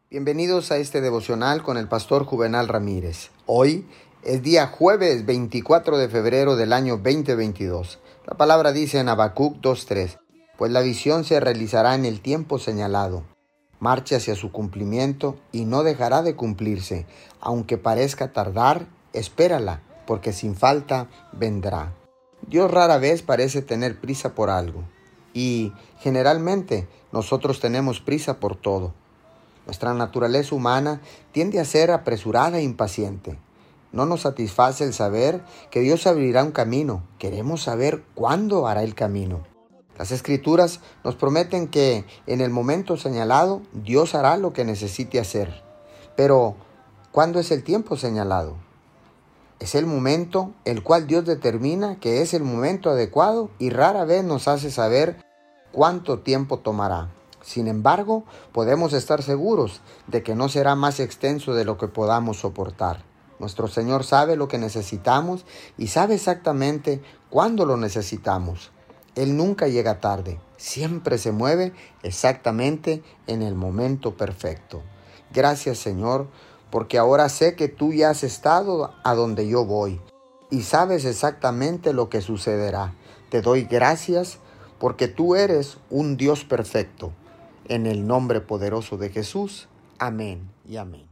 Bienvenidos a este devocional con el pastor Juvenal Ramírez. Hoy es día jueves 24 de febrero del año 2022. La palabra dice en Habacuc 2:3, pues la visión se realizará en el tiempo señalado. Marche hacia su cumplimiento y no dejará de cumplirse. Aunque parezca tardar, espérala, porque sin falta vendrá. Dios rara vez parece tener prisa por algo. Y generalmente nosotros tenemos prisa por todo. Nuestra naturaleza humana tiende a ser apresurada e impaciente. No nos satisface el saber que Dios abrirá un camino. Queremos saber cuándo hará el camino. Las Escrituras nos prometen que en el momento señalado Dios hará lo que necesite hacer. Pero, ¿cuándo es el tiempo señalado? Es el momento el cual Dios determina que es el momento adecuado y rara vez nos hace saber cuánto tiempo tomará. Sin embargo, podemos estar seguros de que no será más extenso de lo que podamos soportar. Nuestro Señor sabe lo que necesitamos y sabe exactamente cuándo lo necesitamos. Él nunca llega tarde, siempre se mueve exactamente en el momento perfecto. Gracias, Señor, porque ahora sé que tú ya has estado a donde yo voy y sabes exactamente lo que sucederá. Te doy gracias porque tú eres un Dios perfecto. En el nombre poderoso de Jesús. Amén y amén.